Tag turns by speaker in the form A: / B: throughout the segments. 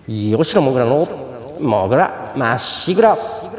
A: 吉野もぐらのもぐらまっしぐら。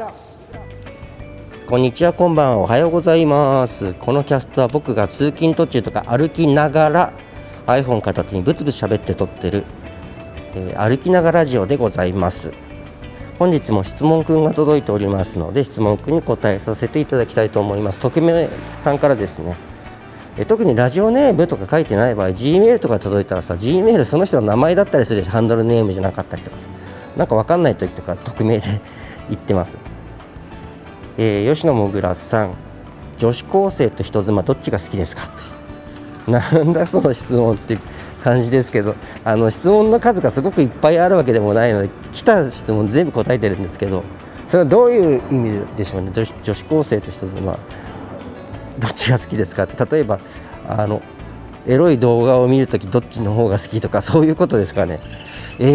A: こんにちは、こんばんは、おはようございます。このキャストは僕が通勤途中とか歩きながら iPhone 片手にブツブツ喋って撮ってる、歩きながらラジオでございます。本日も質問くんが届いておりますので、質問くんに答えさせていただきたいと思います。匿名さんからですね。特にラジオネームとか書いてない場合、 Gmail とか届いたらさ、 Gmail その人の名前だったりするし、ハンドルネームじゃなかったりとかさ、なんか分かんない時とか匿名で言ってます。吉野もぐらさん、女子高生と人妻どっちが好きですかって、なんだその質問って感じですけど、質問の数がすごくいっぱいあるわけでもないので、来た質問全部答えてるんですけど、それはどういう意味でしょうね。女子高生と人妻どっちが好きですかって、例えばエロい動画を見るときどっちの方が好きとか、そういうことですかね。い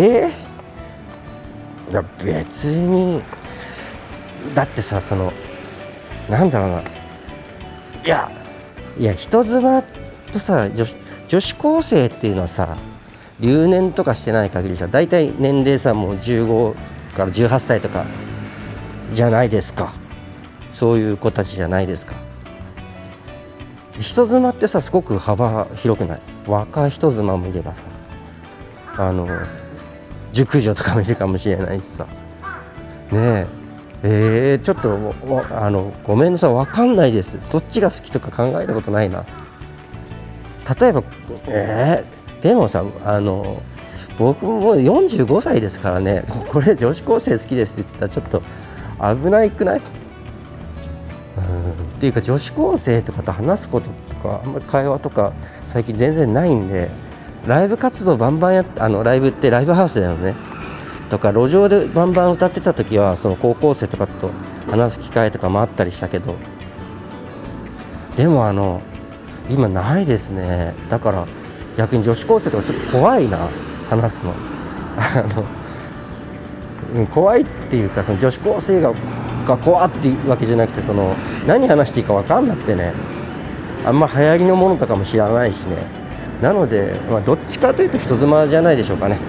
A: や別に、だってさ、なんだろうな、いや人妻とさ、女子高生っていうのはさ、留年とかしてない限りさ、だいたい年齢さ、もう15から18歳とかじゃないですか。そういう子たちじゃないですか。人妻ってさ、すごく幅広くない？若い人妻もいればさ、熟女とかもいるかもしれないしさねえ。ちょっとごめんなさい、分かんないです。どっちが好きとか考えたことないな。例えばでもさ、僕も45歳ですからね、これ女子高生好きですって言ったらちょっと危ないくない？っていうか、女子高生とかと話すこととか、あんまり会話とか最近全然ないんで、ライブ活動バンバンライブってライブハウスだよねとか、路上でバンバン歌ってた時は、その高校生とかと話す機会とかもあったりしたけど、でも今ないですね。だから逆に女子高生とかちょっと怖いな、話すの怖いっていうか、その女子高生が怖っていうわけじゃなくて、何話していいか分かんなくてね、あんま流行りのものとかも知らないしね。なので、どっちかというと人妻じゃないでしょうかね。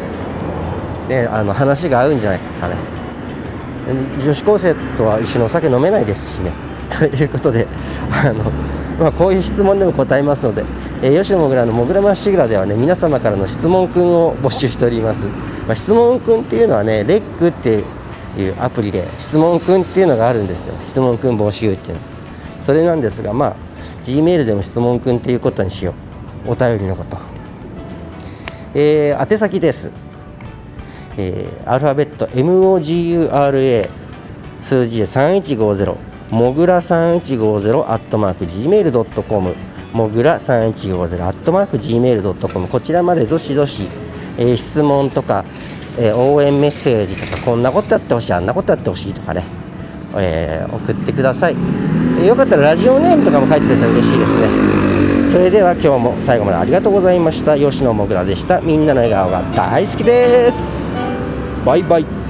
A: 話が合うんじゃないかね。女子高生とは一緒にお酒飲めないですしねということで、こういう質問でも答えますので、吉野もぐらのもぐらまっしぐらではね、皆様からの質問くんを募集しております。質問くんっていうのはね、レックっていうアプリで質問くんっていうのがあるんですよ。質問くん募集っていうの、それなんですが、Gmail でも質問くんっていうことにしよう。お便りのこと、宛先です。アルファベット MOGURA 数字で3150もぐら3150@gmail.com もぐら3150@gmail.com、 こちらまでどしどし、質問とか、応援メッセージとか、こんなことやってほしい、あんなことやってほしいとかね、送ってください。よかったらラジオネームとかも書いてくれたら嬉しいですね。それでは今日も最後までありがとうございました。吉野もぐらでした。みんなの笑顔が大好きです。バイバイ。